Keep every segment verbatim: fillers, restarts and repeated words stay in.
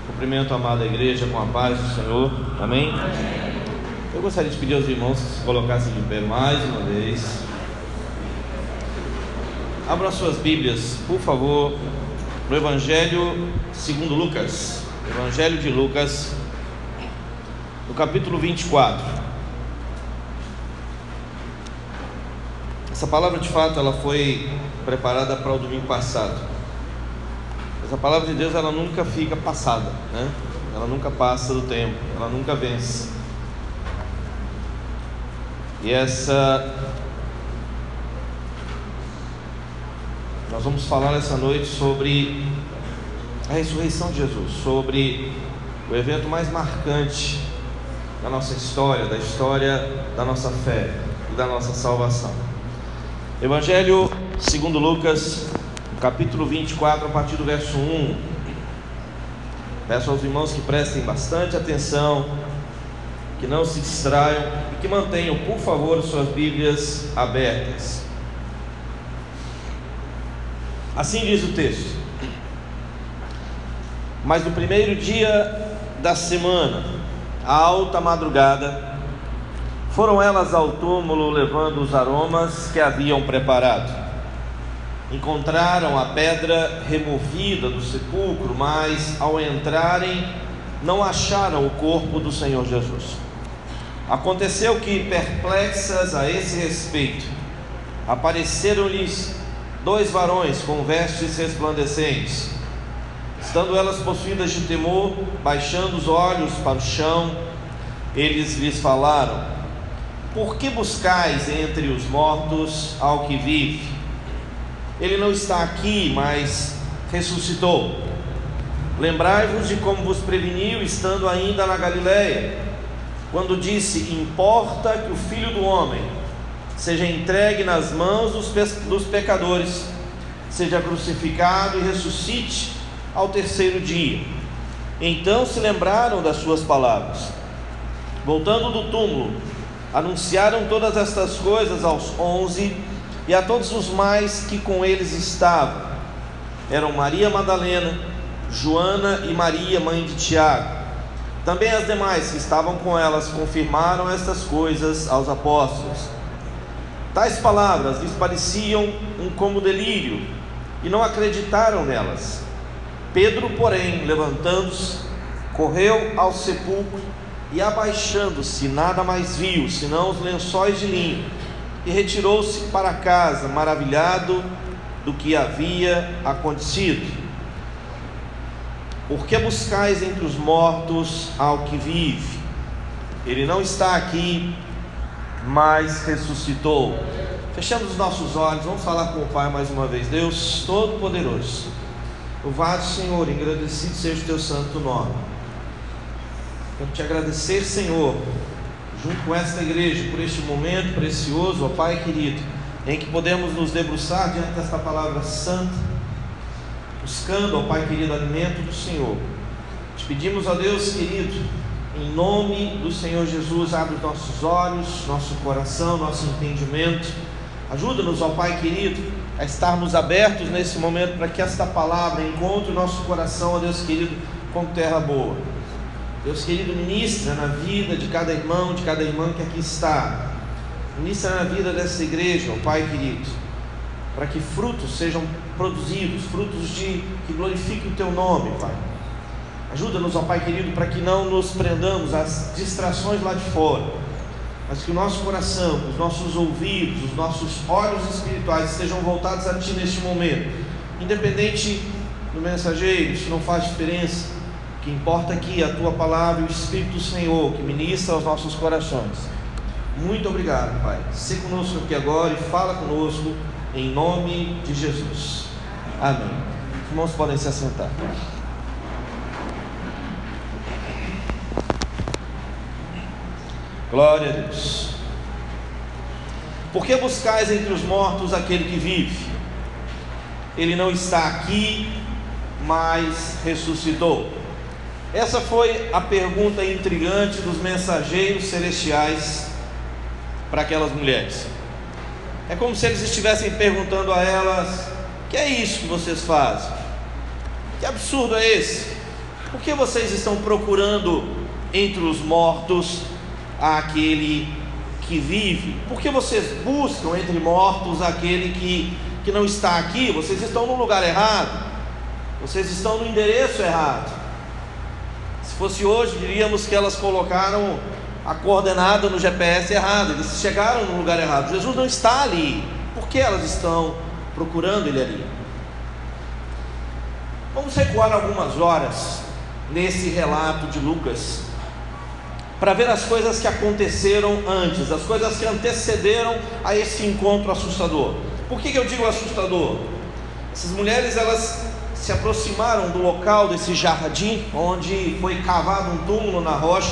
Cumprimento a amada igreja com a paz do Senhor. Amém? Eu gostaria de pedir aos irmãos que se colocassem de pé mais uma vez. Abram suas Bíblias, por favor, no Evangelho segundo Lucas. Evangelho de Lucas, no capítulo vinte e quatro. Essa palavra, de fato, ela foi preparada para o domingo passado. Essa palavra de Deus, ela nunca fica passada, né? Ela nunca passa do tempo, ela nunca vence. E essa nós vamos falar essa noite sobre a ressurreição de Jesus, sobre o evento mais marcante da nossa história, da história da nossa fé e da nossa salvação. Evangelho segundo Lucas, capítulo vinte e quatro, a partir do verso um. Peço aos irmãos que prestem bastante atenção, que não se distraiam e que mantenham, por favor, suas Bíblias abertas. Assim diz o texto: Mas no primeiro dia da semana, à alta madrugada, foram elas ao túmulo levando os aromas que haviam preparado. Encontraram a pedra removida do sepulcro, mas ao entrarem não acharam o corpo do Senhor Jesus. Aconteceu que, perplexas a esse respeito, apareceram-lhes dois varões com vestes resplandecentes. Estando elas possuídas de temor, baixando os olhos para o chão, eles lhes falaram: Por que buscais entre os mortos ao que vive? Ele não está aqui, mas ressuscitou. Lembrai-vos de como vos preveniu, estando ainda na Galileia, quando disse: Importa que o Filho do Homem seja entregue nas mãos dos, pe- dos pecadores, seja crucificado e ressuscite ao terceiro dia. Então se lembraram das suas palavras. Voltando do túmulo, anunciaram todas estas coisas aos onze e a todos os mais que com eles estavam. Eram Maria Madalena, Joana e Maria, mãe de Tiago. Também as demais que estavam com elas confirmaram estas coisas aos apóstolos. Tais palavras lhes pareciam um como delírio, e não acreditaram nelas. Pedro, porém, levantando-se, correu ao sepulcro, e abaixando-se, nada mais viu, senão os lençóis de linho, e retirou-se para casa, maravilhado do que havia acontecido. Por que buscais entre os mortos ao que vive? Ele não está aqui, mas ressuscitou. Fechamos os nossos olhos, vamos falar com o Pai mais uma vez. Deus Todo-Poderoso, louvado Senhor, engrandecido seja o teu santo nome. Quero te agradecer, Senhor, junto com esta igreja, por este momento precioso, ó Pai querido, em que podemos nos debruçar diante desta palavra santa, buscando, ó Pai querido, alimento do Senhor. Te pedimos, ó Deus querido, em nome do Senhor Jesus, abre os nossos olhos, nosso coração, nosso entendimento. Ajuda-nos, ó Pai querido, a estarmos abertos nesse momento para que esta palavra encontre o nosso coração, ó Deus querido, como terra boa. Deus querido, ministra na vida de cada irmão, de cada irmã que aqui está. Ministra na vida dessa igreja, ó Pai querido, para que frutos sejam produzidos, frutos de, que glorifiquem o Teu nome, Pai. Ajuda-nos, ó Pai querido, para que não nos prendamos às distrações lá de fora, mas que o nosso coração, os nossos ouvidos, os nossos olhos espirituais estejam voltados a Ti neste momento. Independente do mensageiro, isso não faz diferença. O que importa aqui é a Tua palavra e o Espírito do Senhor que ministra aos nossos corações. Muito obrigado, Pai. Se conosco aqui agora e fala conosco em nome de Jesus. Amém. Os irmãos podem se assentar. Glória a Deus. Por que buscais entre os mortos aquele que vive? Ele não está aqui, mas ressuscitou. Essa foi a pergunta intrigante dos mensageiros celestiais para aquelas mulheres. É como se eles estivessem perguntando a elas: que é isso que vocês fazem? Que absurdo é esse? por que vocês estão procurando entre os mortos aquele que vive? Por que vocês buscam entre mortos aquele que, que não está aqui? Vocês estão no lugar errado, vocês estão no endereço errado. Se fosse hoje, diríamos que elas colocaram a coordenada no G P S errado, eles chegaram no lugar errado. Jesus não está ali. Por que elas estão procurando ele ali? Vamos recuar algumas horas nesse relato de Lucas, para ver as coisas que aconteceram antes, as coisas que antecederam a esse encontro assustador. Por que que eu digo assustador? Essas mulheres, elas se aproximaram do local desse jardim, onde foi cavado um túmulo na rocha,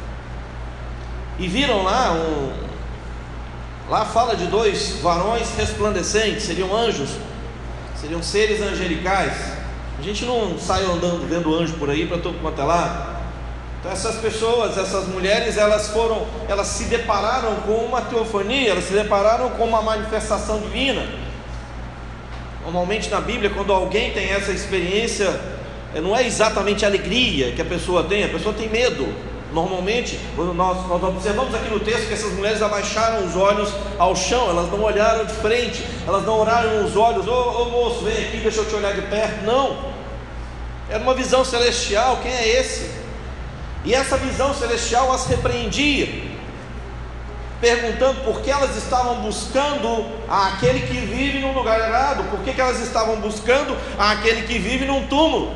e viram lá um... lá fala de dois varões resplandecentes, seriam anjos, seriam seres angelicais. A gente não sai andando vendo anjo por aí para todo quanto é lado. Então essas pessoas, essas mulheres, elas foram, elas se depararam com uma teofania, elas se depararam com uma manifestação divina. Normalmente na Bíblia, quando alguém tem essa experiência, não é exatamente alegria que a pessoa tem, a pessoa tem medo. Normalmente, quando nós, nós observamos aqui no texto que essas mulheres abaixaram os olhos ao chão, elas não olharam de frente, elas não oraram os olhos, ô oh, oh, moço, vem aqui, deixa eu te olhar de perto. Não, era uma visão celestial. Quem é esse? E essa visão celestial as repreendia, perguntando por que elas estavam buscando aquele que vive num lugar errado, por que que elas estavam buscando aquele que vive num túmulo.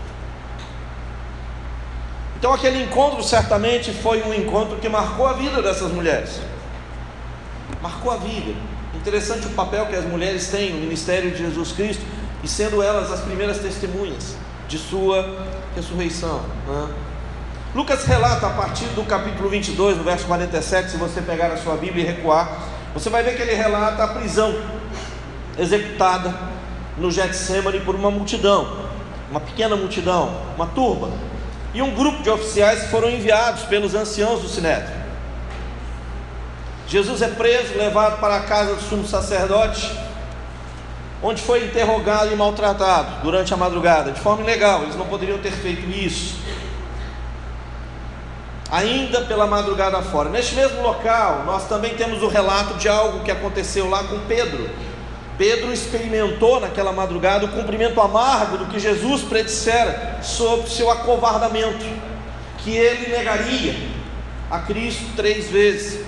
Então aquele encontro certamente foi um encontro que marcou a vida dessas mulheres, marcou a vida. Interessante o papel que as mulheres têm no ministério de Jesus Cristo, e sendo elas as primeiras testemunhas de sua ressurreição, né? Lucas relata a partir do capítulo vinte e dois, no verso quarenta e sete, se você pegar a sua Bíblia e recuar, você vai ver que ele relata a prisão executada no Getsêmani por uma multidão, uma pequena multidão, uma turba, e um grupo de oficiais foram enviados pelos anciãos do Sinédrio. Jesus é preso, levado para a casa do sumo sacerdote, onde foi interrogado e maltratado durante a madrugada, de forma ilegal. Eles não poderiam ter feito isso, ainda pela madrugada fora. Neste mesmo local, nós também temos o relato de algo que aconteceu lá com Pedro. Pedro experimentou naquela madrugada o cumprimento amargo do que Jesus predissera sobre seu acovardamento, que ele negaria a Cristo três vezes,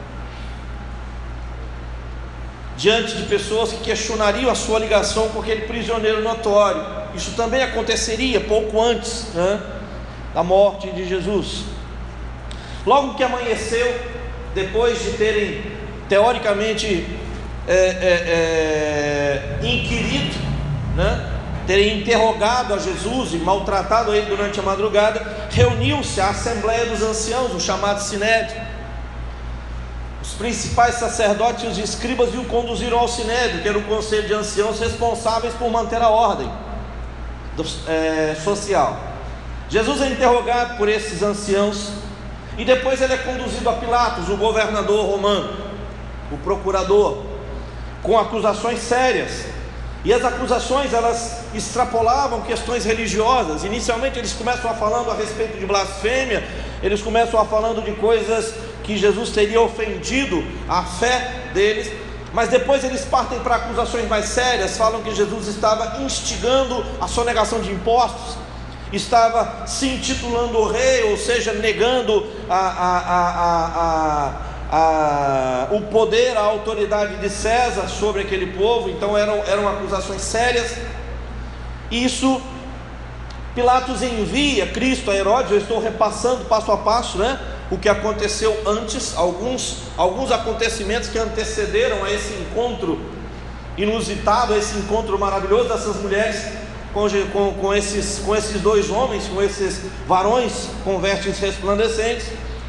diante de pessoas que questionariam a sua ligação com aquele prisioneiro notório. Isso também aconteceria pouco antes, né, da morte de Jesus. Logo que amanheceu, depois de terem teoricamente é, é, é, inquirido, né, terem interrogado a Jesus e maltratado ele durante a madrugada, reuniu-se a Assembleia dos Anciãos, o chamado Sinédrio. Os principais sacerdotes e os escribas o conduziram ao Sinédrio, que era o conselho de anciãos responsáveis por manter a ordem do, é, social. Jesus é interrogado por esses anciãos, e depois ele é conduzido a Pilatos, o governador romano, o procurador, com acusações sérias. E as acusações, elas extrapolavam questões religiosas. Inicialmente eles começam a falando a respeito de blasfêmia, eles começam a falando de coisas que Jesus teria ofendido a fé deles, mas depois eles partem para acusações mais sérias. Falam que Jesus estava instigando a sonegação de impostos, estava se intitulando rei, ou seja, negando a, a, a, a, a, a, o poder, a autoridade de César sobre aquele povo. Então eram, eram acusações sérias. Isso, Pilatos envia Cristo a Herodes. Eu estou repassando passo a passo, né, o que aconteceu antes, alguns, alguns acontecimentos que antecederam a esse encontro inusitado, a esse encontro maravilhoso dessas mulheres Com, com, com, esses, com esses dois homens, com esses varões com vestes resplandecentes.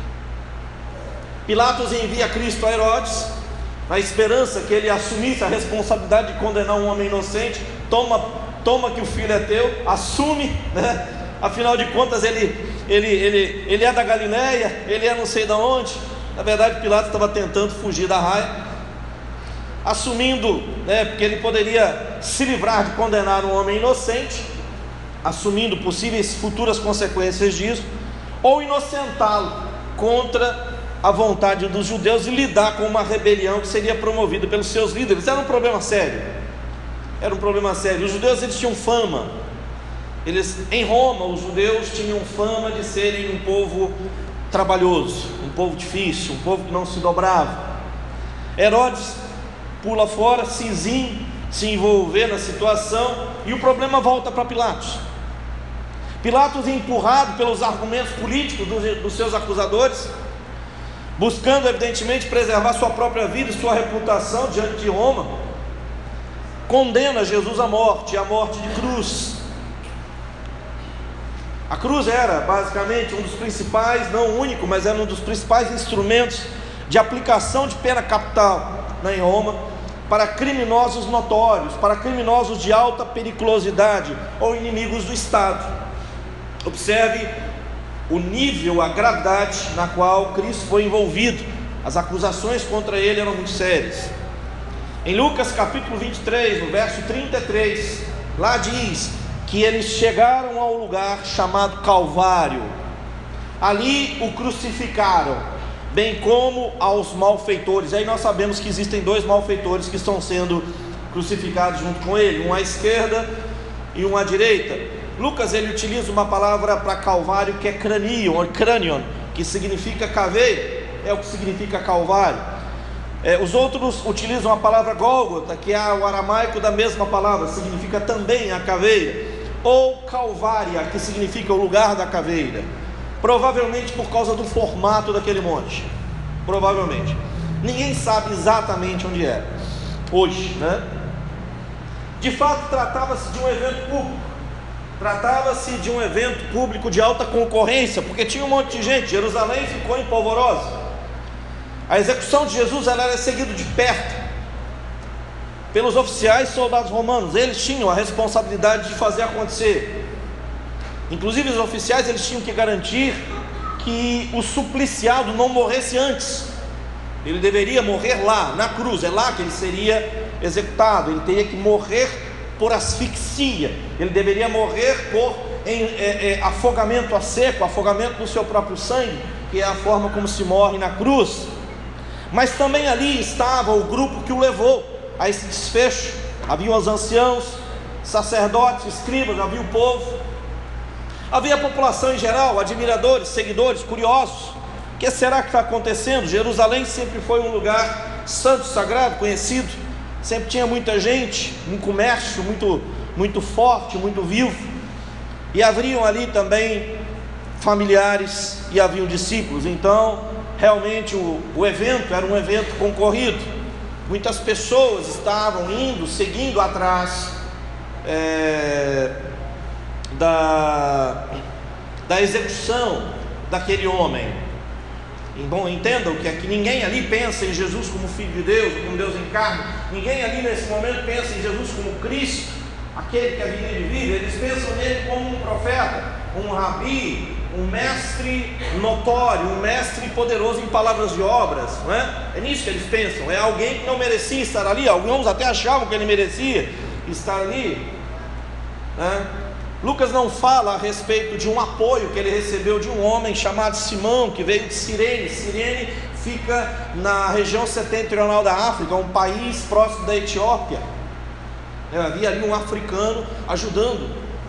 Pilatos envia Cristo a Herodes, na esperança que ele assumisse a responsabilidade de condenar um homem inocente. Toma, toma que o filho é teu, assume, né? Afinal de contas ele, ele, ele, ele é da Galileia, ele é não sei de onde. Na verdade Pilatos estava tentando fugir da raia, assumindo, né, porque ele poderia se livrar de condenar um homem inocente, assumindo possíveis futuras consequências disso, ou inocentá-lo contra a vontade dos judeus e lidar com uma rebelião que seria promovida pelos seus líderes. Era um problema sério, era um problema sério. Os judeus, eles tinham fama, eles, em Roma, os judeus tinham fama de serem um povo trabalhoso, um povo difícil, um povo que não se dobrava. Herodes pula fora, cism, se envolver na situação, e o problema volta para Pilatos. Pilatos, empurrado pelos argumentos políticos dos, dos seus acusadores, buscando evidentemente preservar sua própria vida e sua reputação diante de Roma, condena Jesus à morte, à morte de cruz. A cruz era basicamente um dos principais, não o único, mas era um dos principais instrumentos de aplicação de pena capital, né, em Roma, para criminosos notórios, para criminosos de alta periculosidade ou inimigos do Estado. Observe o nível, a gravidade na qual Cristo foi envolvido. As acusações contra ele eram muito sérias. Em Lucas capítulo vinte e três, no verso trinta e três, lá diz que eles chegaram ao lugar chamado Calvário. Ali o crucificaram, bem como aos malfeitores. Aí nós sabemos que existem dois malfeitores que estão sendo crucificados junto com ele, um à esquerda e um à direita. Lucas, ele utiliza uma palavra para Calvário que é cranion, ou cranion, que significa caveira, é o que significa Calvário. É, os outros utilizam a palavra Gólgota, que é o aramaico da mesma palavra, significa também a caveira, ou Calvária, que significa o lugar da caveira, provavelmente por causa do formato daquele monte, provavelmente, ninguém sabe exatamente onde era, hoje, né? De fato, tratava-se de um evento público, tratava-se de um evento público de alta concorrência, porque tinha um monte de gente. Jerusalém ficou em polvorosa. A execução de Jesus, ela era seguida de perto pelos oficiais e soldados romanos. Eles tinham a responsabilidade de fazer acontecer. Inclusive os oficiais, eles tinham que garantir que o supliciado não morresse antes. Ele deveria morrer lá, na cruz. É lá que ele seria executado. Ele teria que morrer por asfixia, ele deveria morrer por em, é, é, afogamento a seco, afogamento no seu próprio sangue, que é a forma como se morre na cruz. Mas também ali estava o grupo que o levou a esse desfecho. Havia os anciãos, sacerdotes, escribas, havia o povo, havia a população em geral, admiradores, seguidores, curiosos. O que será que está acontecendo? Jerusalém sempre foi um lugar santo, sagrado, conhecido, sempre tinha muita gente, um comércio muito, muito forte, muito vivo, e haviam ali também familiares e haviam discípulos. Então realmente o, o evento era um evento concorrido, muitas pessoas estavam indo, seguindo atrás é, da, da execução daquele homem. Bom, entendam que aqui ninguém ali pensa em Jesus como Filho de Deus, como Deus encarna. Ninguém ali nesse momento pensa em Jesus como Cristo, aquele que havia de vir. Eles pensam nele como um profeta, um rabi, um mestre notório, um mestre poderoso em palavras de obras, não é? É nisso que eles pensam. É alguém que não merecia estar ali. Alguns até achavam que ele merecia estar ali, né? Lucas não fala a respeito de um apoio que ele recebeu de um homem chamado Simão, que veio de Cirene. Cirene fica na região setentrional da África, um país próximo da Etiópia. Havia ali um africano ajudando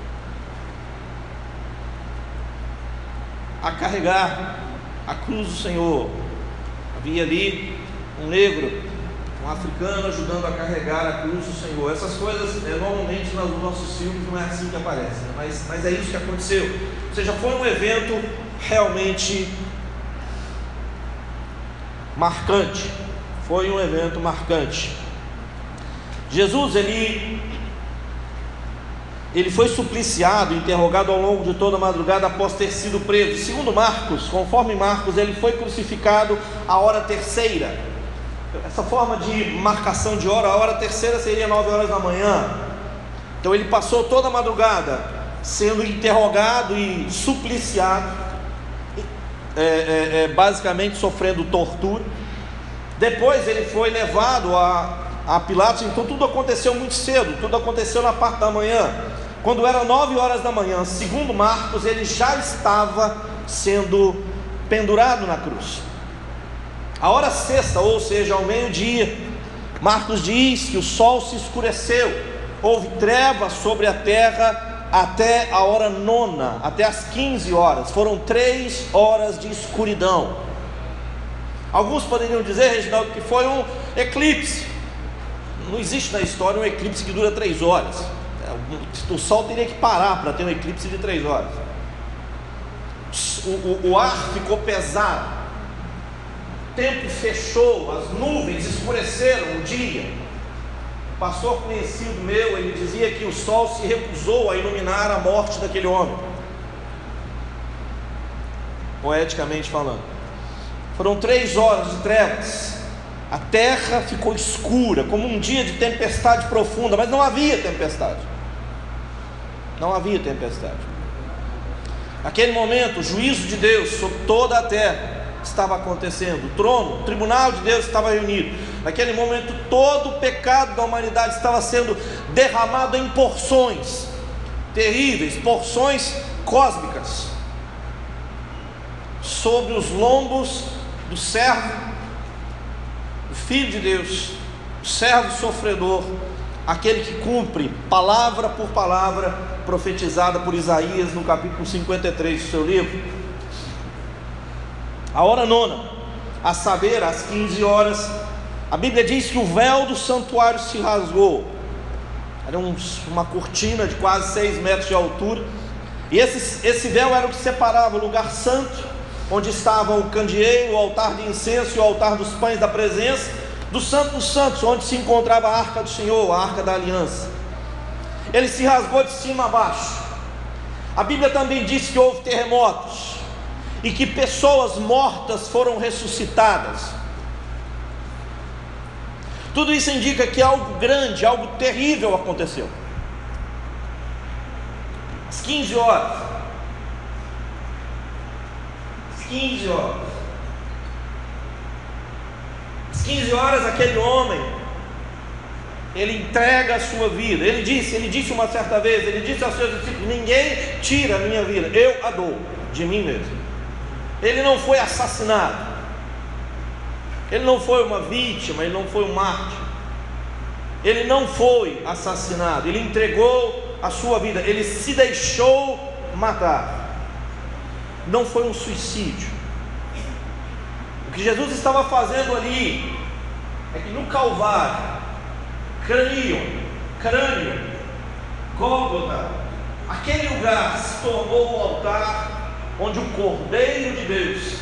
a carregar a cruz do Senhor. Havia ali um negro, um africano ajudando a carregar a cruz do Senhor. Essas coisas, é, normalmente nos nossos filmes não é assim que aparece, né? mas, mas é isso que aconteceu. Ou seja, foi um evento realmente marcante. Foi um evento marcante. Jesus, ele, ele foi supliciado, interrogado ao longo de toda a madrugada após ter sido preso. Segundo Marcos, conforme Marcos, ele foi crucificado à hora terceira. Essa forma de marcação de hora, a hora terceira seria nove horas da manhã. Então ele passou toda a madrugada sendo interrogado e supliciado, é, é, é, basicamente sofrendo tortura. Depois ele foi levado a, a Pilatos. Então tudo aconteceu muito cedo, tudo aconteceu na parte da manhã. quando eram nove horas da manhã, segundo Marcos, ele já estava sendo pendurado na cruz. A hora sexta, ou seja, ao meio-dia, Marcos diz que o sol se escureceu, houve trevas sobre a terra até a hora nona, até as quinze horas, foram três horas de escuridão. Alguns poderiam dizer, Reginaldo, que foi um eclipse. Não existe na história um eclipse que dura três horas. O sol teria que parar para ter um eclipse de três horas. O, o, o ar ficou pesado, o tempo fechou, as nuvens escureceram o dia. Um pastor conhecido meu, ele dizia que o sol se recusou a iluminar a morte daquele homem, poeticamente falando. Foram três horas de trevas, a terra ficou escura, como um dia de tempestade profunda, mas não havia tempestade, não havia tempestade. Naquele momento, o juízo de Deus sobre toda a terra estava acontecendo, o trono, o tribunal de Deus estava reunido. Naquele momento, todo o pecado da humanidade estava sendo derramado em porções terríveis, porções cósmicas, sobre os lombos do servo, do Filho de Deus, o servo sofredor, aquele que cumpre palavra por palavra profetizada por Isaías no capítulo cinquenta e três do seu livro. A hora nona, a saber, às quinze horas, a Bíblia diz que o véu do santuário se rasgou. Era um, uma cortina de quase seis metros de altura, e esse, esse véu era o que separava o lugar santo, onde estavam o candeeiro, o altar de incenso e o altar dos pães da presença, do Santo dos Santos, onde se encontrava a arca do Senhor, a arca da aliança. Ele se rasgou de cima a baixo. A Bíblia também diz que houve terremotos e que pessoas mortas foram ressuscitadas. Tudo isso indica que algo grande, algo terrível aconteceu. Às quinze horas, às quinze horas, às quinze horas, aquele homem, ele entrega a sua vida. Ele disse, ele disse uma certa vez, ele disse aos seus discípulos: ninguém tira a minha vida, eu a dou de mim mesmo. Ele não foi assassinado, ele não foi uma vítima, ele não foi um mártir, ele não foi assassinado, ele entregou a sua vida, ele se deixou matar. Não foi um suicídio. O que Jesus estava fazendo ali é que no Calvário, crânio, crânio, Gólgota, aquele lugar se tornou o altar onde o Cordeiro de Deus,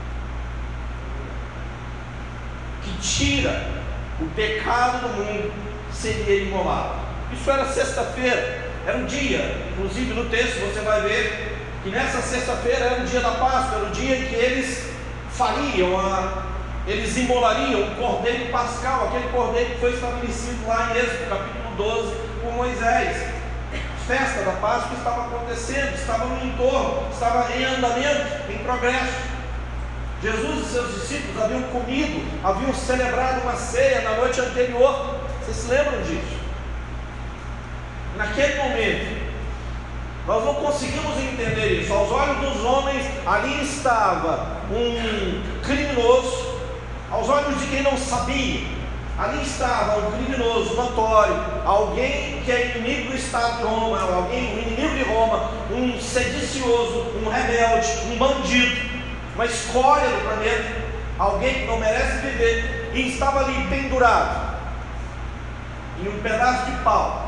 que tira o pecado do mundo, seria imolado. Isso era sexta-feira, era um dia, inclusive no texto você vai ver que nessa sexta-feira era o dia da Páscoa, era o dia em que eles fariam a eles imolariam o cordeiro pascal, aquele cordeiro que foi estabelecido lá em Êxodo capítulo doze por Moisés. A festa da Páscoa estava acontecendo, estava no entorno, estava em andamento, em progresso. Jesus e seus discípulos haviam comido, haviam celebrado uma ceia na noite anterior. Vocês se lembram disso? Naquele momento, nós não conseguimos entender isso. Aos olhos dos homens, ali estava um criminoso. Aos olhos de quem não sabia, ali estava um criminoso notório, alguém que é inimigo do Estado de Roma, alguém, um inimigo de Roma, um sedicioso, um rebelde, um bandido, uma escória do planeta, alguém que não merece viver, e estava ali pendurado em um pedaço de pau,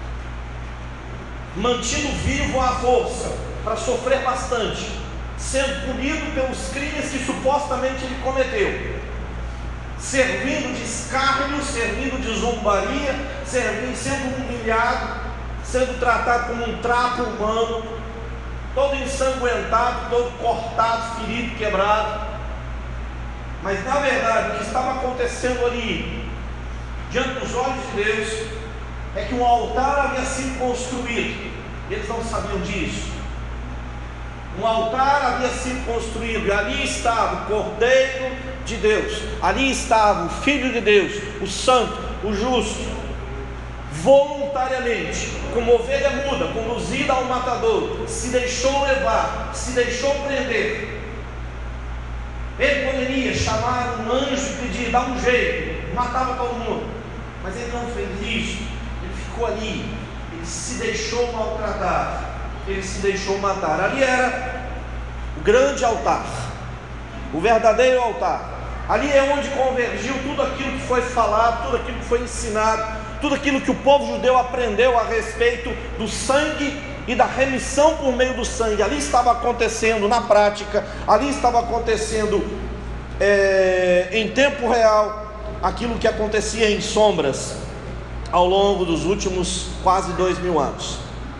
mantido vivo à força, para sofrer bastante, sendo punido pelos crimes que supostamente ele cometeu, servindo de escárnio, servindo de zombaria, servindo, sendo humilhado, sendo tratado como um trapo humano, todo ensanguentado, todo cortado, ferido, quebrado. Mas na verdade o que estava acontecendo ali, diante dos olhos de Deus, é que um altar havia sido construído. Eles não sabiam disso. Um altar havia sido construído, e ali estava o Cordeiro de Deus, ali estava o Filho de Deus, o Santo, o Justo, voluntariamente, como ovelha muda, conduzida ao matador, se deixou levar, se deixou prender. Ele poderia chamar um anjo e pedir, dá um jeito, matava todo mundo, mas ele não fez isso. Ele ficou ali, ele se deixou maltratar, ele se deixou matar. Ali era o grande altar, o verdadeiro altar. Ali é onde convergiu tudo aquilo que foi falado, tudo aquilo que foi ensinado, tudo aquilo que o povo judeu aprendeu a respeito do sangue e da remissão por meio do sangue. Ali estava acontecendo na prática, ali estava acontecendo é, em tempo real aquilo que acontecia em sombras ao longo dos últimos quase dois mil anos.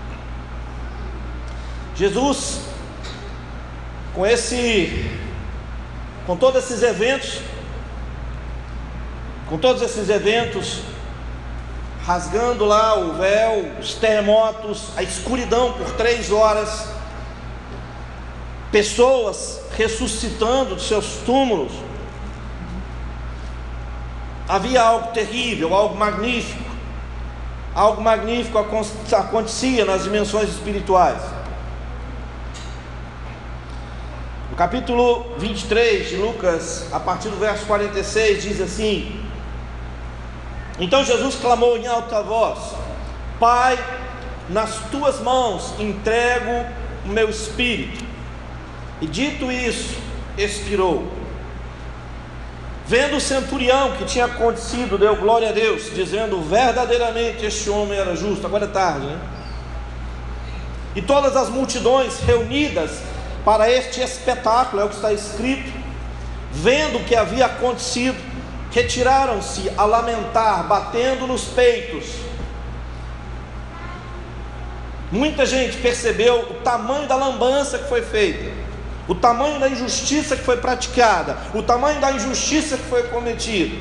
Jesus, com esse, com todos esses eventos, com todos esses eventos, rasgando lá o véu, os terremotos, a escuridão por três horas, pessoas ressuscitando dos seus túmulos, havia algo terrível, algo magnífico, algo magnífico acontecia nas dimensões espirituais. No capítulo vinte e três de Lucas, a partir do verso quarenta e seis, diz assim: então Jesus clamou em alta voz: Pai, nas tuas mãos entrego o meu espírito. E dito isso, expirou. Vendo o centurião que tinha acontecido, deu glória a Deus, dizendo: verdadeiramente este homem era justo. Agora é tarde, né? E todas as multidões reunidas para este espetáculo, é o que está escrito, vendo o que havia acontecido, retiraram-se a lamentar, batendo nos peitos. Muita gente percebeu o tamanho da lambança que foi feita, o tamanho da injustiça que foi praticada, o tamanho da injustiça que foi cometida.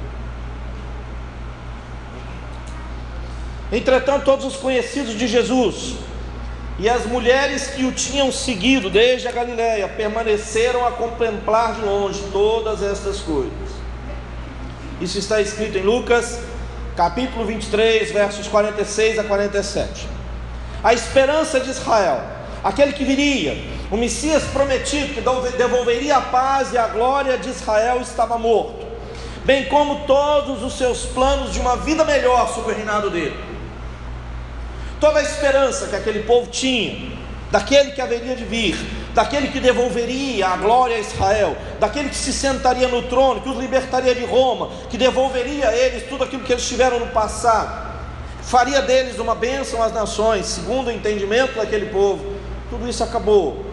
Entretanto, todos os conhecidos de Jesus e as mulheres que o tinham seguido desde a Galileia permaneceram a contemplar de longe todas estas coisas. Isso está escrito em Lucas, capítulo vinte e três, versos quarenta e seis a quarenta e sete. A esperança de Israel, aquele que viria, o Messias prometido, que devolveria a paz e a glória de Israel, estava morto, bem como todos os seus planos de uma vida melhor sob o reinado dele. Toda a esperança que aquele povo tinha, daquele que haveria de vir, daquele que devolveria a glória a Israel, daquele que se sentaria no trono, que os libertaria de Roma, que devolveria a eles tudo aquilo que eles tiveram no passado, faria deles uma bênção às nações, segundo o entendimento daquele povo. Tudo isso acabou.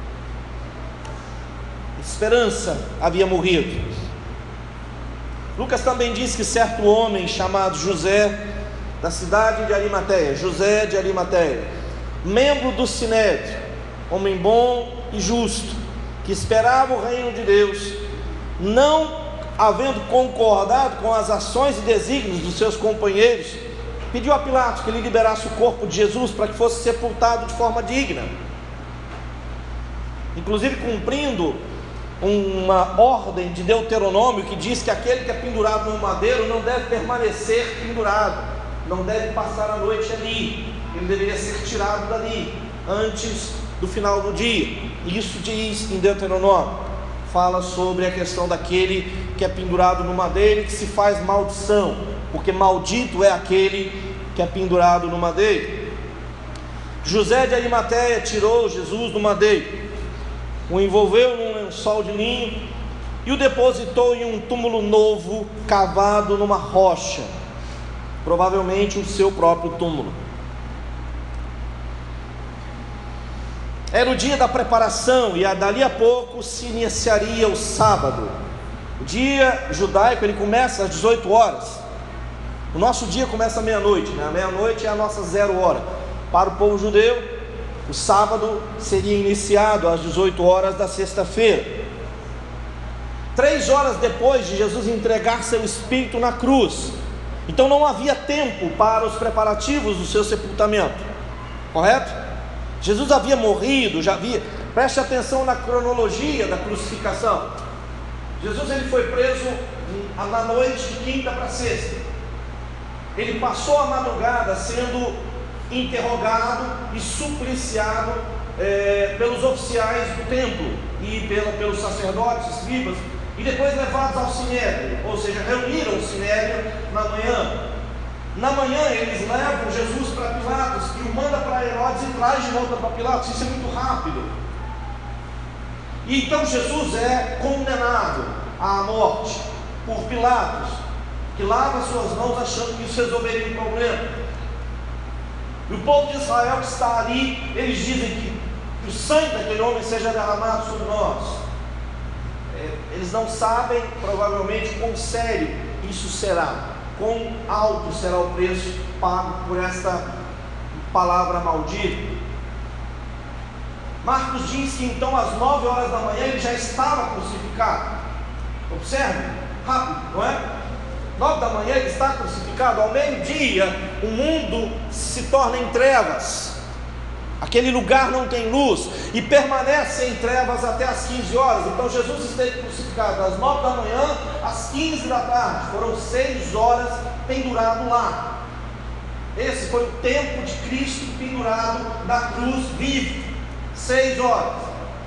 A esperança havia morrido. Lucas também diz que certo homem chamado José, da cidade de Arimateia, José de Arimateia, membro do Sinédrio, homem bom e justo, que esperava o reino de Deus, não havendo concordado com as ações e desígnios dos seus companheiros, pediu a Pilatos que lhe liberasse o corpo de Jesus para que fosse sepultado de forma digna, inclusive cumprindo uma ordem de Deuteronômio que diz que aquele que é pendurado no madeiro não deve permanecer pendurado, não deve passar a noite ali, ele deveria ser tirado dali antes do final do dia. Isso diz em Deuteronômio, fala sobre a questão daquele que é pendurado no madeiro e que se faz maldição, porque maldito é aquele que é pendurado no madeiro. José de Arimateia tirou Jesus do madeiro, o envolveu num lençol de linho e o depositou em um túmulo novo cavado numa rocha, provavelmente o seu próprio túmulo. Era o dia da preparação e dali a pouco se iniciaria o sábado. O dia judaico ele começa às dezoito horas. O nosso dia começa à meia-noite, né? A meia-noite é a nossa zero hora. Para o povo judeu, o sábado seria iniciado às dezoito horas da sexta-feira. Três horas depois de Jesus entregar seu espírito na cruz, então não havia tempo para os preparativos do seu sepultamento, correto? Jesus havia morrido, já havia, preste atenção na cronologia da crucificação. Jesus ele foi preso na noite de quinta para sexta. ele passou a madrugada sendo interrogado e supliciado é, pelos oficiais do templo e pela, pelos sacerdotes, escribas, e depois levados ao sinédrio, ou seja, reuniram o sinédrio na manhã. Na manhã eles levam Jesus para Pilatos, que o manda para Herodes e traz de volta para Pilatos. Isso é muito rápido. E então Jesus é condenado à morte por Pilatos, que lava suas mãos achando que isso resolveria o problema. E o povo de Israel que está ali, eles dizem que, que o sangue daquele homem seja derramado sobre nós. É, eles não sabem, provavelmente, quão sério isso será, quão alto será o preço pago por esta palavra maldita. Marcos diz que então às nove horas da manhã ele já estava crucificado. Observe, rápido, não é? Nove da manhã ele está crucificado. Ao meio-dia o mundo se torna em trevas. Aquele lugar não tem luz e permanece em trevas até às quinze horas. Então Jesus esteve crucificado das nove da manhã às quinze da tarde. Foram seis horas pendurado lá. Esse foi o tempo de Cristo pendurado na cruz vivo. Seis horas.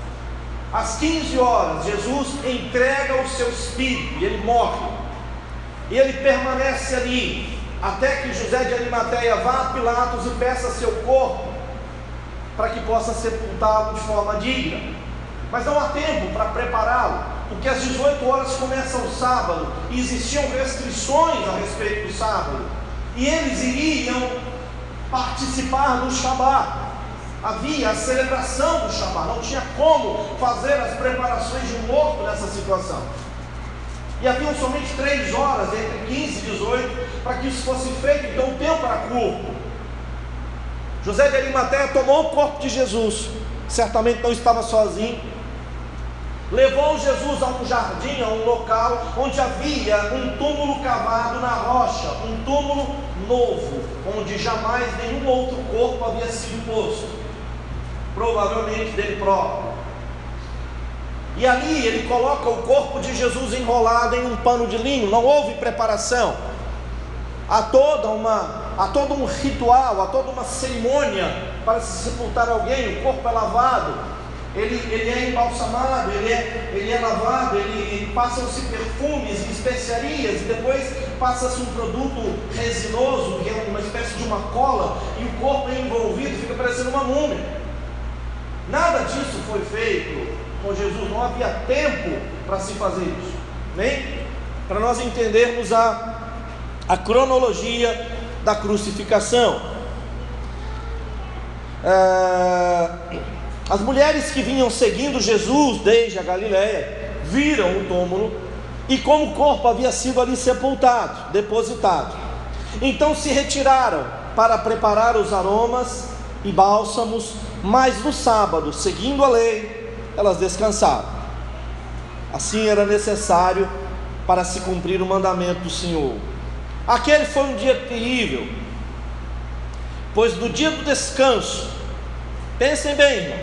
Às quinze horas Jesus entrega o seu espírito e ele morre. E ele permanece ali até que José de Arimateia vá a Pilatos e peça seu corpo para que possa sepultá-lo de forma digna. Mas não há tempo para prepará-lo, porque às dezoito horas começa o sábado e existiam restrições a respeito do sábado, e eles iriam participar do Shabat. Havia a celebração do Shabat, não tinha como fazer as preparações de um morto nessa situação. E haviam somente três horas, entre quinze e dezoito, para que isso fosse feito. Então o tempo era curto. José de Arimateia tomou o corpo de Jesus, certamente não estava sozinho, levou Jesus a um jardim, a um local onde havia um túmulo cavado na rocha, um túmulo novo, onde jamais nenhum outro corpo havia sido posto, provavelmente dele próprio. E ali ele coloca o corpo de Jesus enrolado em um pano de linho. Não houve preparação. Há toda uma, há todo um ritual, há toda uma cerimônia para se sepultar alguém. O corpo é lavado, ele, ele é embalsamado, ele é, ele é lavado, ele passam-se perfumes e especiarias, e depois passa-se um produto resinoso, que é uma espécie de uma cola, e o corpo é envolvido, fica parecendo uma múmia. Nada disso foi feito com Jesus, não havia tempo para se fazer isso, nem para nós entendermos a, a cronologia da crucificação. Ah, as mulheres que vinham seguindo Jesus desde a Galileia viram o túmulo e como o corpo havia sido ali sepultado, depositado, então se retiraram para preparar os aromas e bálsamos, mas no sábado, seguindo a lei, elas descansaram. Assim era necessário para se cumprir o mandamento do Senhor. Aquele foi um dia terrível, pois no dia do descanso, pensem bem, irmãos,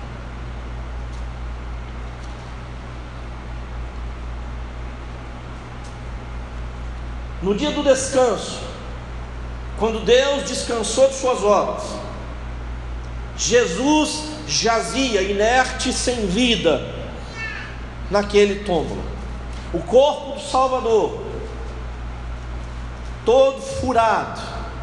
no dia do descanso, quando Deus descansou de suas obras, Jesus jazia inerte, sem vida, naquele túmulo. O corpo do Salvador, todo furado,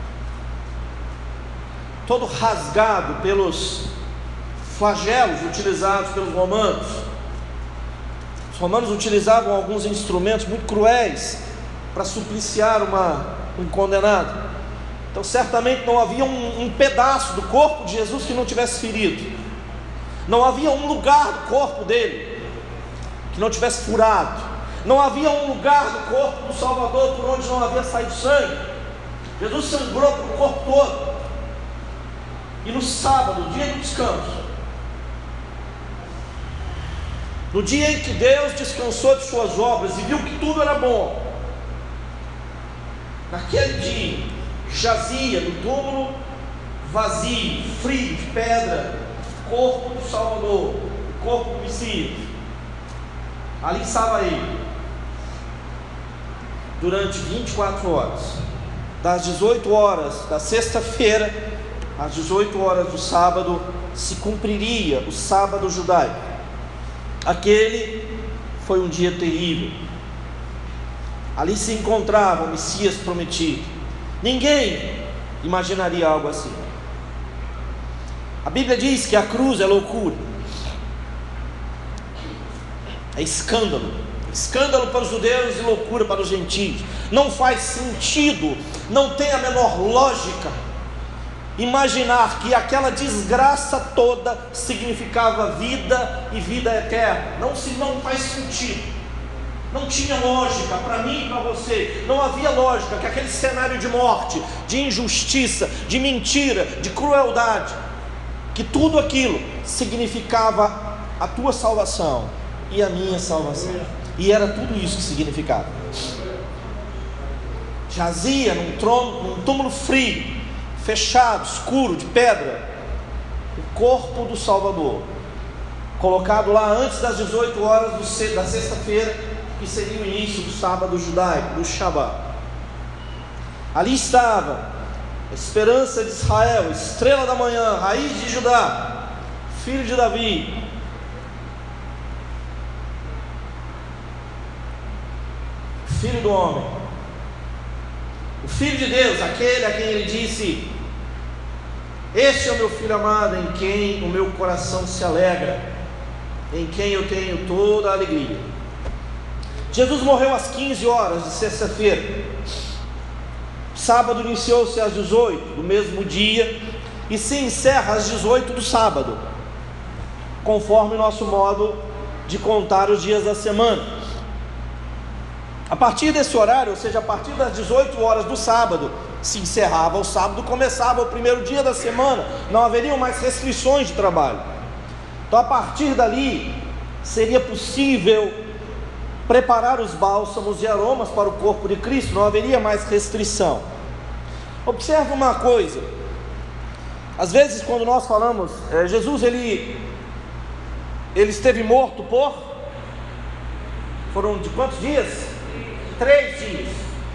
todo rasgado pelos flagelos utilizados pelos romanos. Os romanos utilizavam alguns instrumentos muito cruéis para supliciar uma, um condenado. Então certamente não havia um, um pedaço do corpo de Jesus que não tivesse ferido. Não havia um lugar do corpo dele que não tivesse furado. Não havia um lugar do corpo do Salvador por onde não havia saído sangue. Jesus sangrou para o corpo todo. E no sábado, dia do descanso, no dia em que Deus descansou de suas obras e viu que tudo era bom, naquele dia jazia no túmulo vazio, frio, de pedra, o corpo do Salvador, o corpo do Messias. Ali estava ele durante vinte e quatro horas. das dezoito horas da sexta-feira às dezoito horas do sábado, se cumpriria o sábado judaico. Aquele foi um dia terrível. Ali se encontrava o Messias prometido. Ninguém imaginaria algo assim. A Bíblia diz que a cruz é loucura, é escândalo, escândalo para os judeus e loucura para os gentios. Não faz sentido, não tem a menor lógica imaginar que aquela desgraça toda significava vida e vida eterna. Não, se, não faz sentido, não tinha lógica para mim e para você. Não havia lógica que aquele cenário de morte, de injustiça, de mentira, de crueldade, que tudo aquilo significava a tua salvação e a minha salvação. E era tudo isso que significava. Jazia num, trono, num túmulo frio, fechado, escuro, de pedra, o corpo do Salvador, colocado lá antes das dezoito horas do, da sexta-feira, que seria o início do sábado judaico, do Shabat. Ali estava a esperança de Israel, estrela da manhã, raiz de Judá, filho de Davi, filho do homem, o Filho de Deus, aquele a quem ele disse: este é o meu filho amado, em quem o meu coração se alegra, em quem eu tenho toda a alegria. Jesus morreu às quinze horas de sexta-feira. Sábado iniciou-se às dezoito do mesmo dia e se encerra às dezoito do sábado, conforme o nosso modo de contar os dias da semana. A partir desse horário, ou seja, a partir das dezoito horas do sábado, se encerrava o sábado, começava o primeiro dia da semana, não haveriam mais restrições de trabalho. Então, a partir dali, seria possível preparar os bálsamos e aromas para o corpo de Cristo, não haveria mais restrição. Observe uma coisa: às vezes, quando nós falamos, é, Jesus ele, ele esteve morto por, foram de quantos dias? Três dias.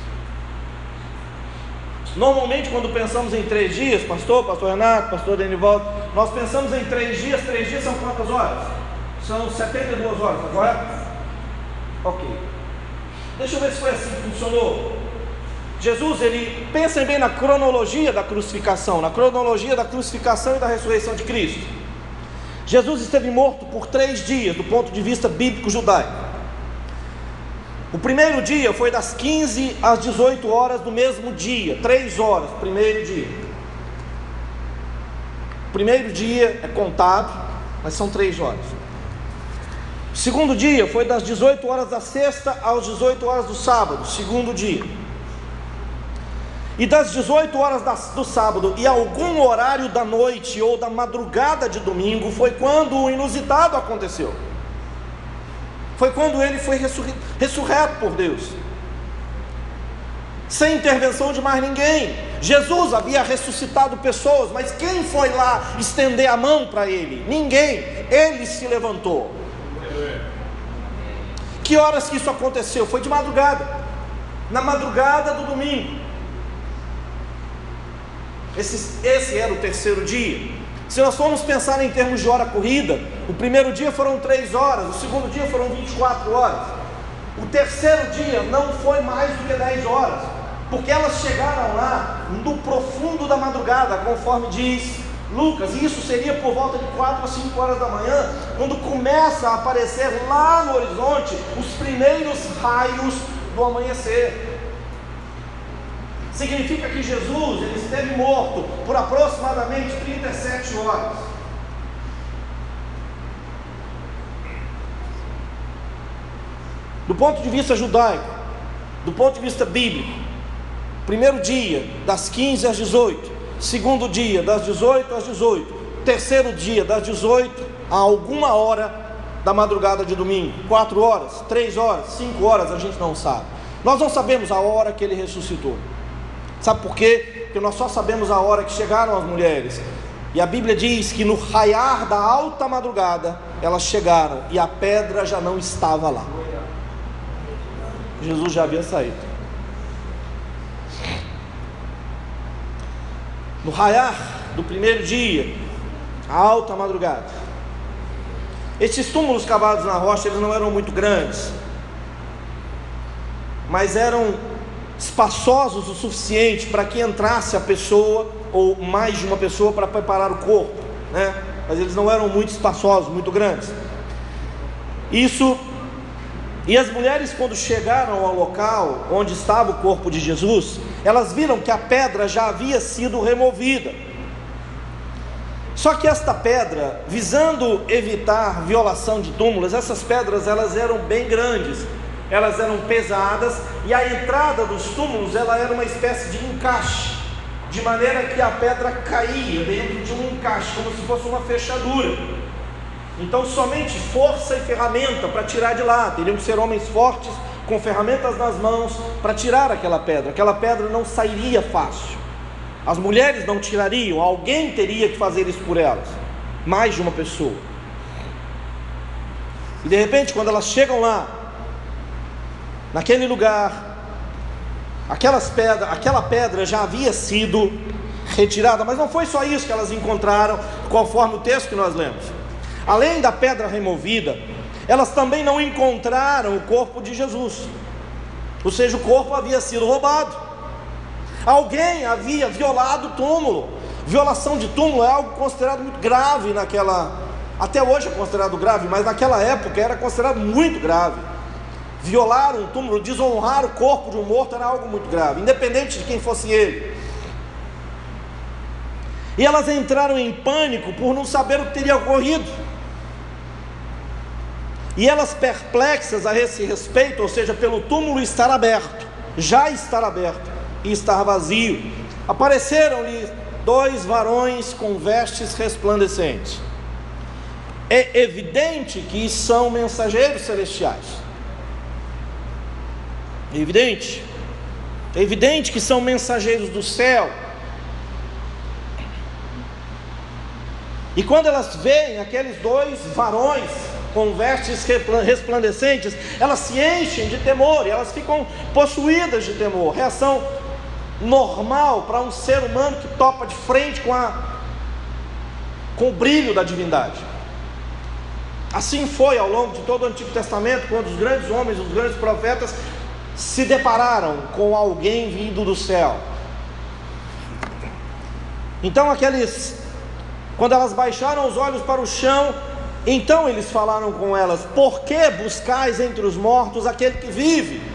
Normalmente, quando pensamos em três dias, pastor, pastor Renato, pastor Denivaldo, nós pensamos em três dias. Três dias são quantas horas? São setenta e duas horas, agora? Ok. Deixa eu ver se foi assim que funcionou. Jesus, ele, pensem bem na cronologia da crucificação, na cronologia da crucificação e da ressurreição de Cristo. Jesus esteve morto por três dias, do ponto de vista bíblico judaico. O primeiro dia foi das quinze às dezoito horas do mesmo dia, três horas, primeiro dia. O primeiro dia é contado, mas são três horas. O segundo dia foi das dezoito horas da sexta às dezoito horas do sábado, segundo dia. E das dezoito horas do sábado e algum horário da noite ou da madrugada de domingo foi quando o inusitado aconteceu. Foi quando ele foi ressurreto por Deus, sem intervenção de mais ninguém. Jesus havia ressuscitado pessoas, mas quem foi lá estender a mão para ele? Ninguém. Ele se levantou. Que horas que isso aconteceu? Foi de madrugada, na madrugada do domingo. Esse, esse era o terceiro dia. Se nós formos pensar em termos de hora corrida, o primeiro dia foram três horas, o segundo dia foram vinte e quatro horas, o terceiro dia não foi mais do que dez horas, porque elas chegaram lá no profundo da madrugada, conforme diz Lucas, e isso seria por volta de quatro a cinco horas da manhã, quando começa a aparecer lá no horizonte os primeiros raios do amanhecer. Significa que Jesus ele esteve morto por aproximadamente trinta e sete horas. Do ponto de vista judaico, do ponto de vista bíblico, primeiro dia das quinze às dezoito, segundo dia das dezoito às dezoito, terceiro dia das dezoito a alguma hora da madrugada de domingo, quatro horas, três horas, cinco horas, a gente não sabe. Nós não sabemos a hora que ele ressuscitou. Sabe por quê? Porque nós só sabemos a hora que chegaram as mulheres. E a Bíblia diz que no raiar da alta madrugada elas chegaram e a pedra já não estava lá. Jesus já havia saído. no raiar do primeiro dia, à alta madrugada. Esses túmulos cavados na rocha, eles não eram muito grandes, mas eram espaçosos o suficiente para que entrasse a pessoa, ou mais de uma pessoa, para preparar o corpo, né? Mas eles não eram muito espaçosos, muito grandes. Isso, e as mulheres, quando chegaram ao local onde estava o corpo de Jesus, elas viram que a pedra já havia sido removida. Só que esta pedra, visando evitar violação de túmulos, essas pedras elas eram bem grandes, elas eram pesadas, e a entrada dos túmulos ela era uma espécie de encaixe, de maneira que a pedra caía dentro de um encaixe, como se fosse uma fechadura. Então somente força e ferramenta para tirar de lá, teriam que ser homens fortes, com ferramentas nas mãos, para tirar aquela pedra. Aquela pedra não sairia fácil, as mulheres não tirariam, alguém teria que fazer isso por elas, mais de uma pessoa. E de repente, quando elas chegam lá, naquele lugar, aquelas pedras, aquela pedra já havia sido retirada, mas não foi só isso que elas encontraram, conforme o texto que nós lemos. Além da pedra removida, elas também não encontraram o corpo de Jesus, ou seja, o corpo havia sido roubado. Alguém havia violado o túmulo. Violação de túmulo é algo considerado muito grave naquela, até hoje é considerado grave, mas naquela época era considerado muito grave. Violar um túmulo, desonrar o corpo de um morto era algo muito grave, independente de quem fosse ele. E elas entraram em pânico por não saber o que teria ocorrido. E elas, perplexas a esse respeito, ou seja, pelo túmulo estar aberto, já estar aberto e estar vazio, apareceram-lhe dois varões com vestes resplandecentes. É evidente que são mensageiros celestiais. É evidente. É evidente que são mensageiros do céu. E quando elas veem aqueles dois varões com vestes resplandecentes, elas se enchem de temor e elas ficam possuídas de temor. Reação normal para um ser humano que topa de frente com, a, com o brilho da divindade. Assim foi ao longo de todo o Antigo Testamento, quando os grandes homens, os grandes profetas se depararam com alguém vindo do céu. Então aqueles, quando elas baixaram os olhos para o chão, então eles falaram com elas: por que buscais entre os mortos aquele que vive?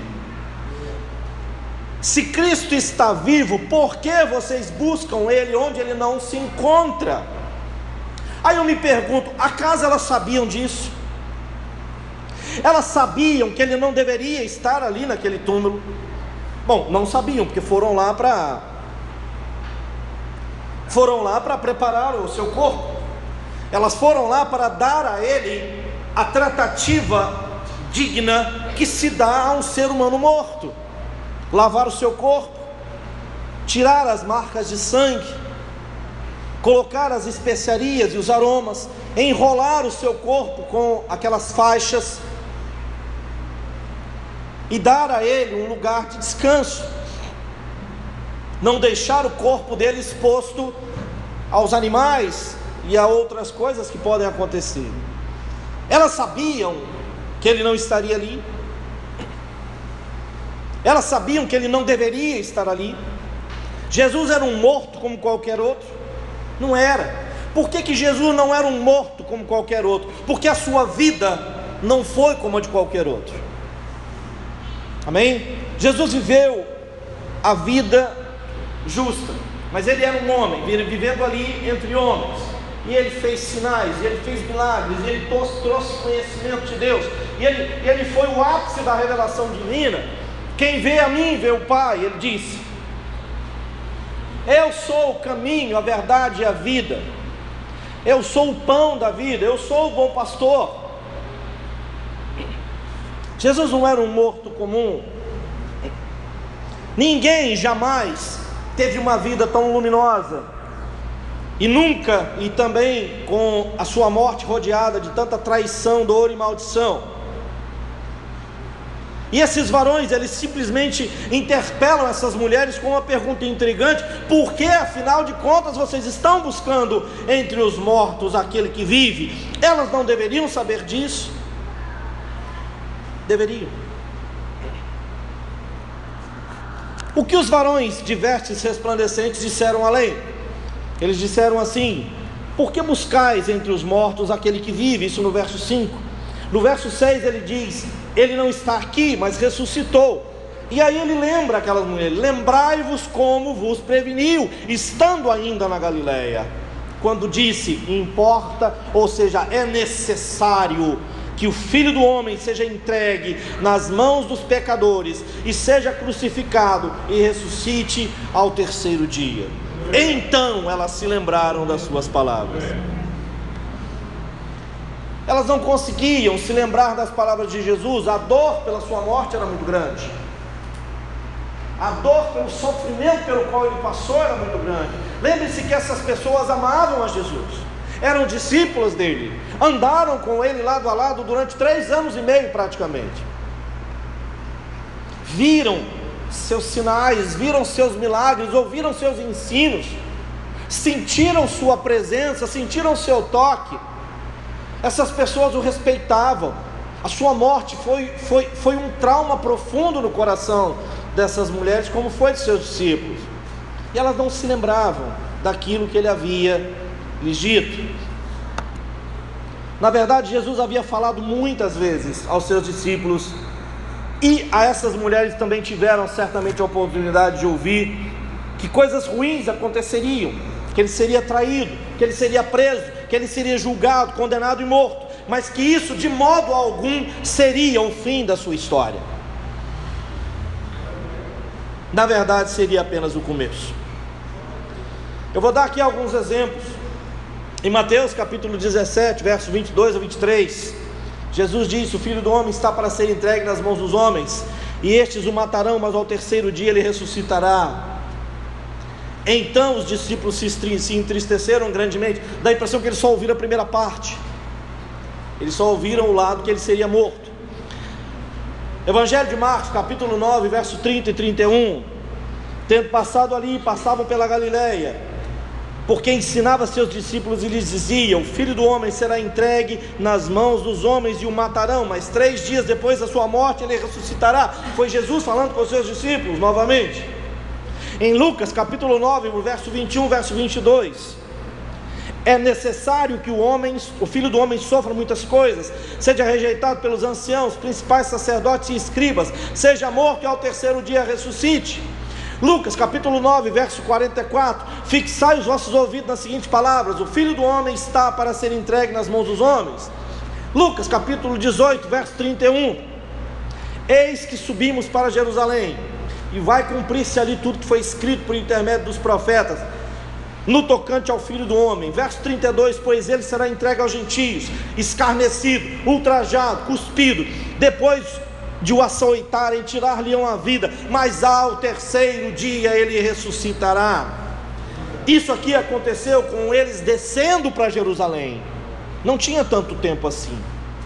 Se Cristo está vivo, por que vocês buscam Ele onde Ele não se encontra? Aí eu me pergunto, acaso elas sabiam disso? Elas sabiam que Ele não deveria estar ali naquele túmulo? Bom, não sabiam, porque foram lá para foram lá para preparar o seu corpo. Elas foram lá para dar a Ele a tratativa digna que se dá a um ser humano morto: lavar o seu corpo, tirar as marcas de sangue, colocar as especiarias e os aromas, enrolar o seu corpo com aquelas faixas e dar a ele um lugar de descanso, não deixar o corpo dele exposto aos animais e a outras coisas que podem acontecer. Elas sabiam que ele não estaria ali, elas sabiam que ele não deveria estar ali. Jesus era um morto como qualquer outro? Não era. Por que que Jesus não era um morto como qualquer outro? Porque a sua vida não foi como a de qualquer outro. Amém? Jesus viveu a vida justa, mas ele era um homem, vivendo ali entre homens, e ele fez sinais, e ele fez milagres, e ele trouxe conhecimento de Deus, e ele, ele foi o ápice da revelação divina. Quem vê a mim, vê o Pai, ele disse. Eu sou o caminho, a verdade e a vida. Eu sou o pão da vida, eu sou o bom pastor. Jesus não era um morto comum. Ninguém jamais teve uma vida tão luminosa, e nunca, e também com a sua morte rodeada de tanta traição, dor e maldição. E esses varões, eles simplesmente interpelam essas mulheres com uma pergunta intrigante: por que, afinal de contas, vocês estão buscando entre os mortos aquele que vive? Elas não deveriam saber disso? Deveriam. O que os varões de vestes resplandecentes disseram além? Eles disseram assim: por que buscais entre os mortos aquele que vive? Isso no verso cinco. No verso seis ele diz: ele não está aqui, mas ressuscitou. E aí ele lembra aquelas mulheres: lembrai-vos como vos preveniu, estando ainda na Galileia, quando disse: importa, ou seja, é necessário que o Filho do Homem seja entregue nas mãos dos pecadores e seja crucificado e ressuscite ao terceiro dia. Então elas se lembraram das suas palavras. Elas não conseguiam se lembrar das palavras de Jesus. A dor pela sua morte era muito grande, a dor pelo sofrimento pelo qual ele passou era muito grande. Lembre-se que essas pessoas amavam a Jesus, eram discípulos dele, andaram com ele lado a lado durante três anos e meio praticamente, viram seus sinais, viram seus milagres, ouviram seus ensinos, sentiram sua presença, sentiram seu toque. Essas pessoas o respeitavam. A sua morte foi, foi, foi um trauma profundo no coração dessas mulheres, como foi de seus discípulos, e elas não se lembravam daquilo que ele havia lhes dito. Na verdade, Jesus havia falado muitas vezes aos seus discípulos, e a essas mulheres também tiveram certamente a oportunidade de ouvir, que coisas ruins aconteceriam, que ele seria traído, que ele seria preso, que ele seria julgado, condenado e morto, mas que isso de modo algum seria o fim da sua história. Na verdade, seria apenas o começo. Eu vou dar aqui alguns exemplos. Em Mateus capítulo dezessete, versos vinte e dois a vinte e três, Jesus disse: o Filho do Homem está para ser entregue nas mãos dos homens, e estes o matarão, mas ao terceiro dia ele ressuscitará. Então os discípulos se entristeceram grandemente. Dá a impressão que eles só ouviram a primeira parte, eles só ouviram o lado que ele seria morto. Evangelho de Marcos capítulo nove, verso trinta e trinta e um: tendo passado ali, passavam pela Galileia, porque ensinava seus discípulos e lhes dizia: o Filho do Homem será entregue nas mãos dos homens e o matarão, mas três dias depois da sua morte ele ressuscitará. Foi Jesus falando com os seus discípulos novamente. Em Lucas capítulo nove, verso vinte e um, verso vinte e dois: é necessário que o homem, o Filho do Homem sofra muitas coisas, seja rejeitado pelos anciãos, principais sacerdotes e escribas, seja morto e ao terceiro dia ressuscite. Lucas capítulo nove, verso quarenta e quatro: fixai os vossos ouvidos nas seguintes palavras: o Filho do Homem está para ser entregue nas mãos dos homens. Lucas capítulo dezoito, verso trinta e um: eis que subimos para Jerusalém, e vai cumprir-se ali tudo que foi escrito por intermédio dos profetas no tocante ao Filho do Homem. Verso trinta e dois: pois ele será entregue aos gentios, escarnecido, ultrajado, cuspido, depois de o açoitarem, tirar-lhe-ão a vida, mas ao terceiro dia ele ressuscitará. Isso aqui aconteceu com eles descendo para Jerusalém, não tinha tanto tempo assim.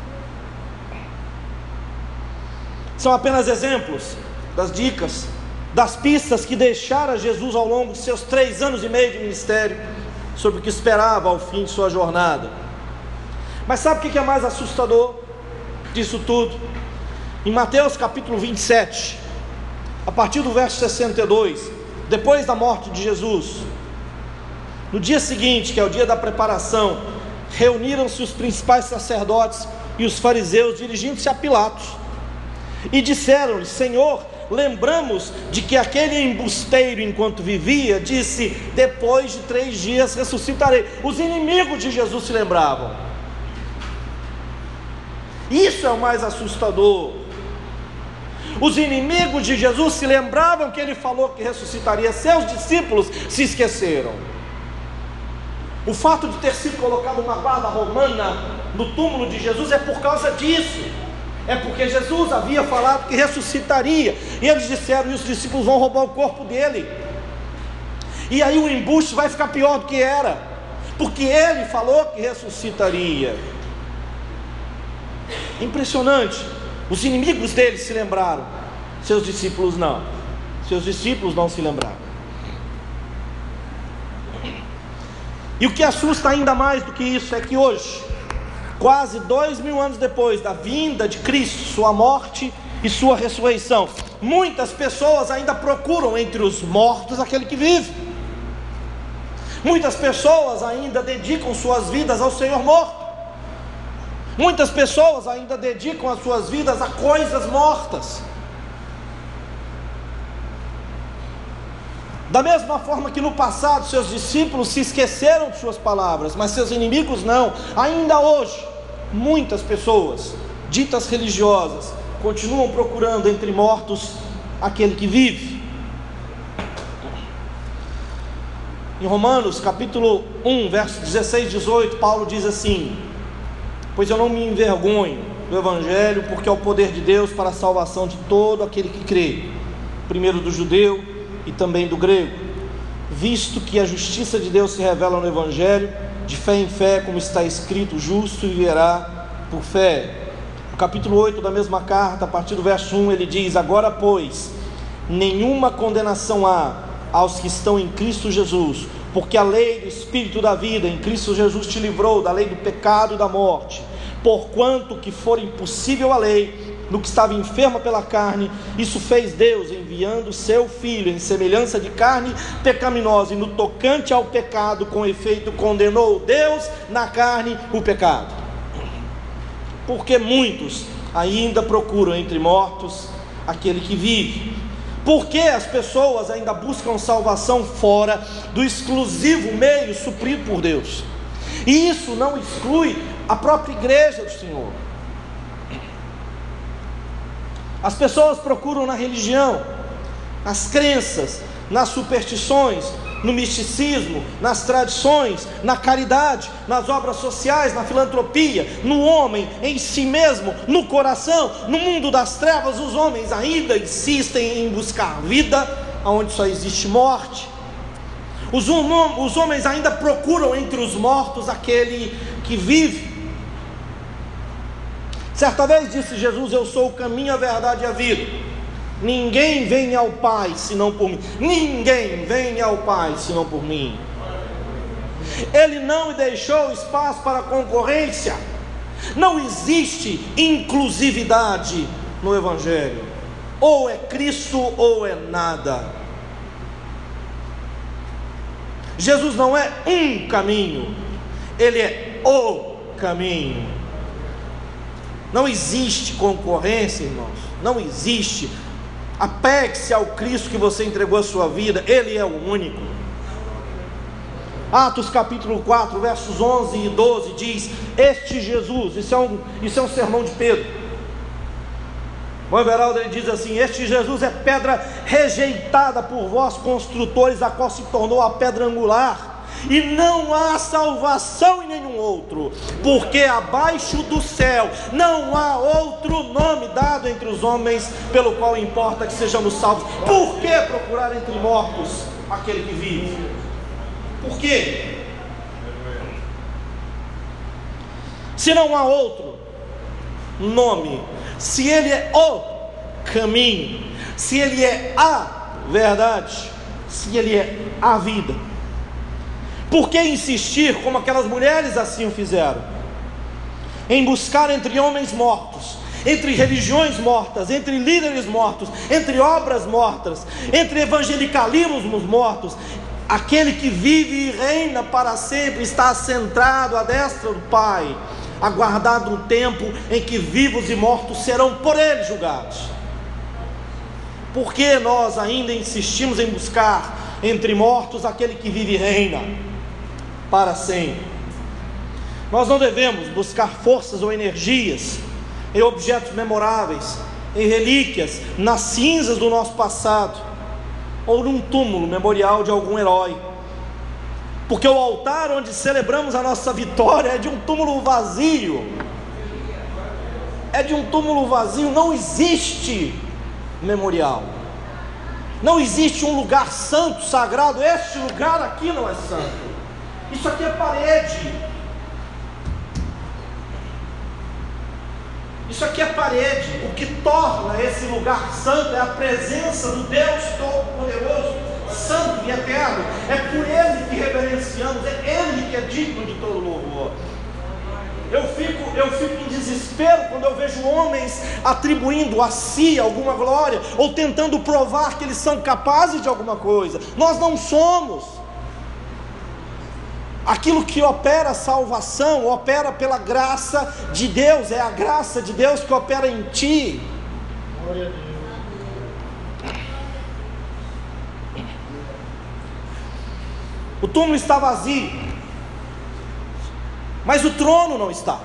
São apenas exemplos das dicas, das pistas que deixara Jesus ao longo de seus três anos e meio de ministério, sobre o que esperava ao fim de sua jornada. Mas sabe o que é mais assustador disso tudo? Em Mateus capítulo vinte e sete, a partir do verso sessenta e dois, depois da morte de Jesus, no dia seguinte, que é o dia da preparação, reuniram-se os principais sacerdotes e os fariseus, dirigindo-se a Pilatos, e disseram-lhe: Senhor, lembramos de que aquele embusteiro, enquanto vivia, disse: depois de três dias ressuscitarei. Os inimigos de Jesus se lembravam. Isso é o mais assustador. Os inimigos de Jesus se lembravam que ele falou que ressuscitaria. Seus discípulos se esqueceram. O fato de ter sido colocado uma guarda romana no túmulo de Jesus é por causa disso. É porque Jesus havia falado que ressuscitaria, e eles disseram: e os discípulos vão roubar o corpo dele, e aí o embuste vai ficar pior do que era, porque ele falou que ressuscitaria. Impressionante. Os inimigos deles se lembraram, seus discípulos não. Seus discípulos não se lembraram. E o que assusta ainda mais do que isso é que hoje, quase dois mil anos depois da vinda de Cristo, sua morte e sua ressurreição, muitas pessoas ainda procuram entre os mortos aquele que vive. Muitas pessoas ainda dedicam suas vidas ao Senhor morto. Muitas pessoas ainda dedicam as suas vidas a coisas mortas. Da mesma forma que no passado seus discípulos se esqueceram de suas palavras, mas seus inimigos não. Ainda hoje, muitas pessoas ditas religiosas continuam procurando entre mortos aquele que vive. Em Romanos capítulo um, versos dezesseis e dezoito, Paulo diz assim: pois eu não me envergonho do Evangelho, porque é o poder de Deus para a salvação de todo aquele que crê, primeiro do judeu e também do grego, visto que a justiça de Deus se revela no Evangelho, de fé em fé, como está escrito, justo viverá por fé. No capítulo oito da mesma carta, a partir do verso um, ele diz: agora pois, nenhuma condenação há aos que estão em Cristo Jesus, porque a lei do Espírito da vida em Cristo Jesus te livrou da lei do pecado e da morte, porquanto que for impossível a lei, no que estava enferma pela carne, isso fez Deus, enviando seu Filho em semelhança de carne pecaminosa, e no tocante ao pecado, com efeito, condenou Deus na carne o pecado, porque muitos ainda procuram entre mortos aquele que vive. Porque as pessoas ainda buscam salvação fora do exclusivo meio suprido por Deus, e isso não exclui a própria igreja do Senhor. As pessoas procuram na religião, nas crenças, nas superstições, no misticismo, nas tradições, na caridade, nas obras sociais, na filantropia, no homem em si mesmo, no coração. No mundo das trevas, os homens ainda insistem em buscar vida onde só existe morte. Os, hum, os homens ainda procuram entre os mortos aquele que vive. Certa vez disse Jesus: eu sou o caminho, a verdade e a vida. Ninguém vem ao Pai senão por mim. Ninguém vem ao Pai senão por mim. Ele não deixou espaço para concorrência. Não existe inclusividade no Evangelho. Ou é Cristo ou é nada. Jesus não é um caminho, Ele é o caminho. Não existe concorrência, irmãos. Não existe. Apegue-se ao Cristo que você entregou a sua vida. Ele é o único. Atos capítulo quatro, versos onze e doze diz: este Jesus, isso é um, isso é um sermão de Pedro. O Everaldo, ele diz assim: este Jesus é pedra rejeitada por vós construtores, a qual se tornou a pedra angular, e não há salvação em nenhum outro, porque abaixo do céu não há outro nome dado entre os homens pelo qual importa que sejamos salvos. Por que procurar entre mortos aquele que vive? Por quê? Se não há outro nome, se Ele é o caminho, se Ele é a verdade, se Ele é a vida, por que insistir, como aquelas mulheres assim o fizeram, em buscar entre homens mortos, entre religiões mortas, entre líderes mortos, entre obras mortas, entre evangelicalismos mortos? Aquele que vive e reina para sempre está assentado à destra do Pai, aguardado um tempo em que vivos e mortos serão por Ele julgados. Por que nós ainda insistimos em buscar entre mortos aquele que vive e reina para sempre? Nós não devemos buscar forças ou energias em objetos memoráveis, em relíquias, nas cinzas do nosso passado, ou num túmulo memorial de algum herói, porque o altar onde celebramos a nossa vitória é de um túmulo vazio, é de um túmulo vazio. Não existe memorial, não existe um lugar santo, sagrado. Este lugar aqui não é santo, isso aqui é parede. Isso aqui é parede. O que torna esse lugar santo é a presença do Deus Todo-Poderoso, Santo e Eterno. É por Ele que reverenciamos, é Ele que é digno de todo louvor. Eu fico, eu fico em desespero quando eu vejo homens atribuindo a si alguma glória, ou tentando provar que eles são capazes de alguma coisa. Nós não somos. Aquilo que opera a salvação, opera pela graça de Deus, é a graça de Deus que opera em ti. Glória a Deus. O túmulo está vazio, mas o trono não está.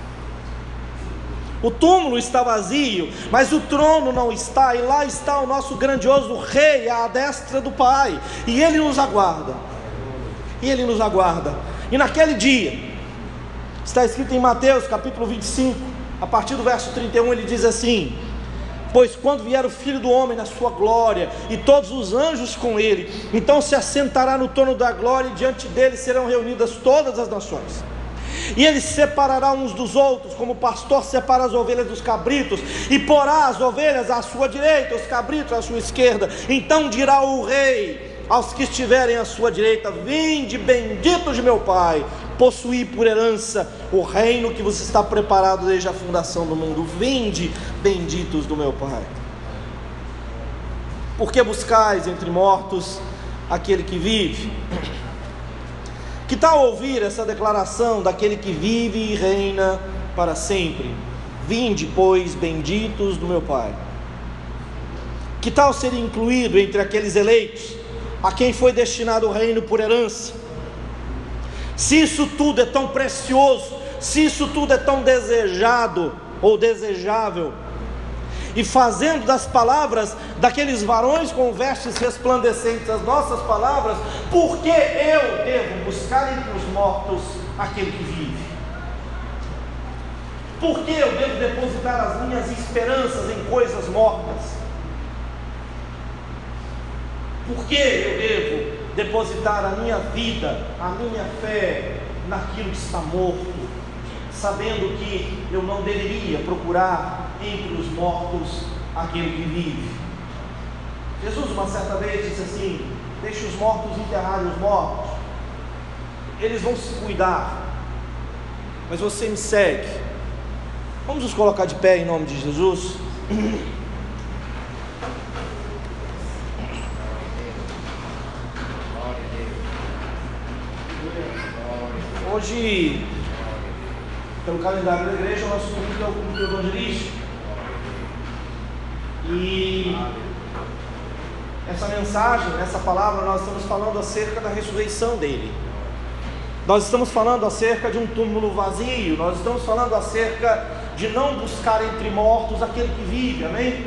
O túmulo está vazio, mas o trono não está, e lá está o nosso grandioso Rei à destra do Pai, e Ele nos aguarda, e Ele nos aguarda. E naquele dia, está escrito em Mateus capítulo vinte e cinco, a partir do verso trinta e um, ele diz assim: pois quando vier o Filho do Homem na sua glória, e todos os anjos com ele, então se assentará no trono da glória, e diante dele serão reunidas todas as nações. E ele separará uns dos outros, como o pastor separa as ovelhas dos cabritos, e porá as ovelhas à sua direita, os cabritos à sua esquerda. Então dirá o Rei aos que estiverem à sua direita: vinde, benditos de meu Pai, possuí por herança o reino que vos está preparado desde a fundação do mundo. Vinde, benditos do meu Pai. Porque buscais entre mortos aquele que vive? Que tal ouvir essa declaração daquele que vive e reina para sempre? Vinde, pois, benditos do meu Pai. Que tal ser incluído entre aqueles eleitos a quem foi destinado o reino por herança? Se isso tudo é tão precioso, se isso tudo é tão desejado ou desejável, e fazendo das palavras daqueles varões com vestes resplandecentes as nossas palavras, por que eu devo buscar entre os mortos aquele que vive? Por que eu devo depositar as minhas esperanças em coisas mortas? Por que eu devo depositar a minha vida, a minha fé naquilo que está morto, sabendo que eu não deveria procurar entre os mortos aquele que vive? Jesus uma certa vez disse assim: deixe os mortos enterrarem os mortos, eles vão se cuidar, mas você me segue. Vamos nos colocar de pé em nome de Jesus. Hoje, pelo calendário da igreja, o nosso culto é o culto evangelístico. E essa mensagem, essa palavra, nós estamos falando acerca da ressurreição dele. Nós estamos falando acerca de um túmulo vazio. Nós estamos falando acerca de não buscar entre mortos aquele que vive, amém?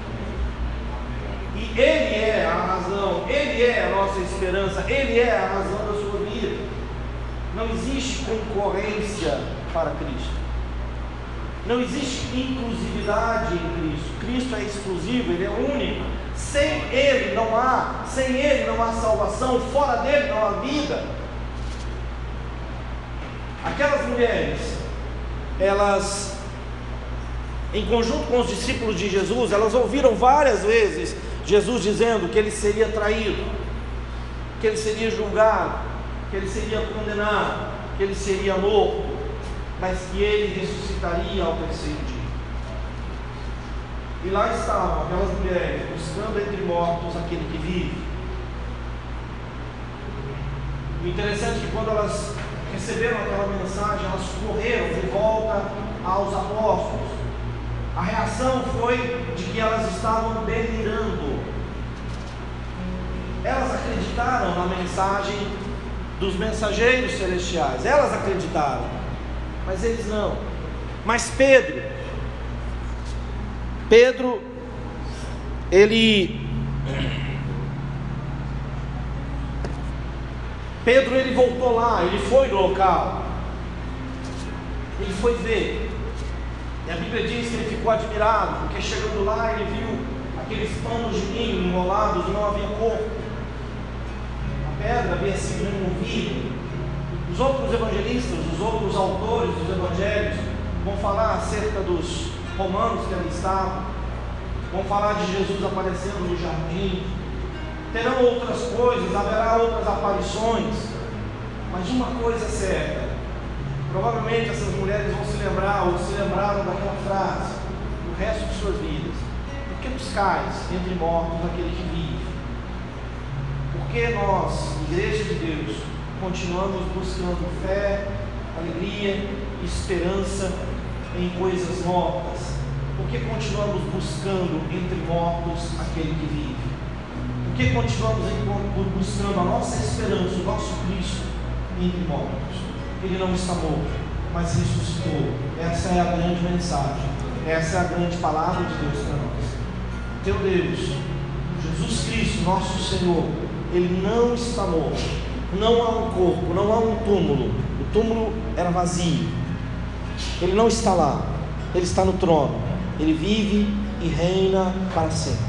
E Ele é a razão, Ele é a nossa esperança, Ele é a razão da sua vida. Não existe concorrência para Cristo, não existe inclusividade em Cristo. Cristo é exclusivo, Ele é único. Sem Ele não há, sem Ele não há salvação, fora dele não há vida. Aquelas mulheres, elas, em conjunto com os discípulos de Jesus, elas ouviram várias vezes Jesus dizendo que ele seria traído, que ele seria julgado, que ele seria condenado, que ele seria morto, mas que ele ressuscitaria ao terceiro dia. E lá estavam aquelas mulheres buscando entre mortos aquele que vive. O interessante é que quando elas receberam aquela mensagem, elas correram de volta aos apóstolos. A reação foi de que elas estavam delirando. Elas acreditaram na mensagem dos mensageiros celestiais, elas acreditaram, mas eles não. Mas Pedro, Pedro, ele, Pedro ele voltou lá, ele foi no local, ele foi ver, e a Bíblia diz que ele ficou admirado, porque chegando lá ele viu aqueles panos de linho enrolados e não havia corpo. A pedra havia sido removida. Os outros evangelistas, os outros autores dos evangelhos, vão falar acerca dos romanos que ali estavam, vão falar de Jesus aparecendo no jardim, terão outras coisas, haverá outras aparições, mas uma coisa é certa: provavelmente essas mulheres vão se lembrar, ou se lembraram daquela frase no resto de suas vidas: por que buscais entre mortos aquele que vive? Porque nós, Igreja de Deus, continuamos buscando fé, alegria e esperança em coisas mortas? Porque continuamos buscando entre mortos aquele que vive? Porque continuamos buscando a nossa esperança, o nosso Cristo entre mortos? Ele não está morto, mas ressuscitou. Essa é a grande mensagem, essa é a grande palavra de Deus para nós. Teu Deus, Jesus Cristo, nosso Senhor, Ele não está morto. Não há um corpo, não há um túmulo. O túmulo era vazio. Ele não está lá, Ele está no trono. Ele vive e reina para sempre.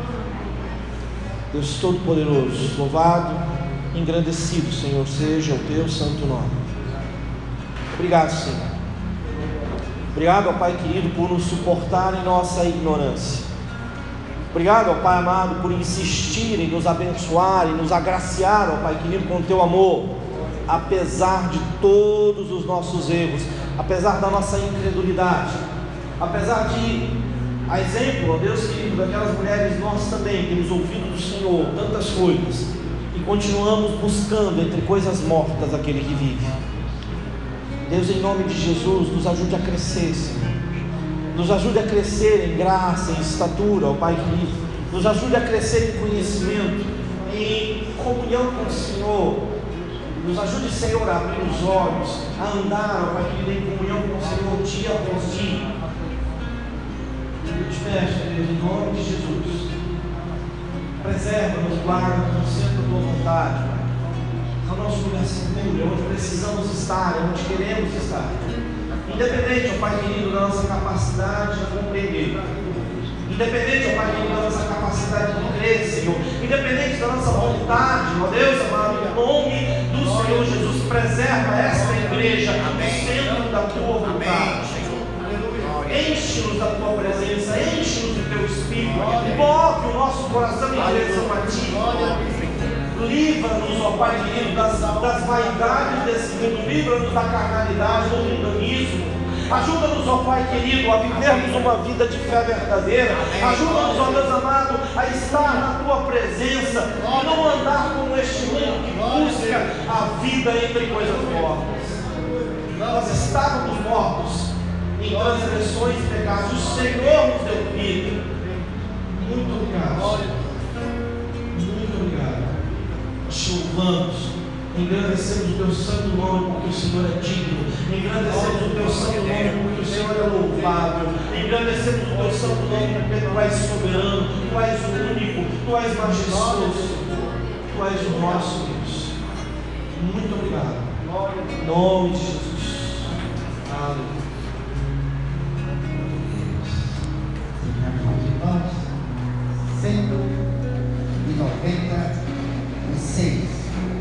Deus Todo-Poderoso, louvado, engrandecido, Senhor, seja o Teu santo nome. Obrigado, Senhor. Obrigado, ó Pai querido, por nos suportar em nossa ignorância. Obrigado, ó Pai amado, por insistir em nos abençoar e nos agraciar, ó Pai querido, com o Teu amor, apesar de todos os nossos erros, apesar da nossa incredulidade, apesar de, a exemplo, ó Deus querido, daquelas mulheres, nós também temos ouvido do Senhor tantas coisas e continuamos buscando entre coisas mortas aquele que vive. Deus, em nome de Jesus, nos ajude a crescer, Senhor. Nos ajude a crescer em graça, em estatura, ó Pai querido. Nos ajude a crescer em conhecimento, em comunhão com o Senhor. Nos ajude, Senhor, a abrir os olhos, a andar, ó Pai querido, em comunhão com o Senhor dia após dia. Eu te peço, Deus, em nome de Jesus, preserva-nos, guarda-nos no centro da Tua vontade, Pai. É o nosso lugar seguro, é onde precisamos estar, é onde queremos estar. Independente, ó Pai querido, da nossa capacidade de compreender, independente, ó Pai querido, da nossa capacidade de crer, Senhor, independente da nossa vontade, ó Deus amado, em nome do Senhor Jesus, preserva esta igreja no centro da Tua vontade. Enche-nos da Tua presença, enche-nos do Teu Espírito, move o nosso coração em direção a Ti. Livra-nos, ó Pai querido, das, das vaidades desse mundo, livra-nos da carnalidade, do mundanismo. Ajuda-nos, ó Pai querido, a vivermos uma vida de fé verdadeira. Ajuda-nos, ó Deus amado, a estar na Tua presença e não andar como este mundo que busca a vida entre coisas mortas. Nós estávamos mortos em transgressões e pecados. O Senhor nos deu vida. Muito obrigado. Muito obrigado. Nós te louvamos, engrandecemos o Teu santo nome porque o Senhor é digno, engrandecemos o Teu santo nome porque o Senhor é louvável, engrandecemos o Teu santo nome porque Tu és soberano, Tu és o único, Tu és majestoso, Tu és o nosso Deus. Muito obrigado. Em nome de Jesus.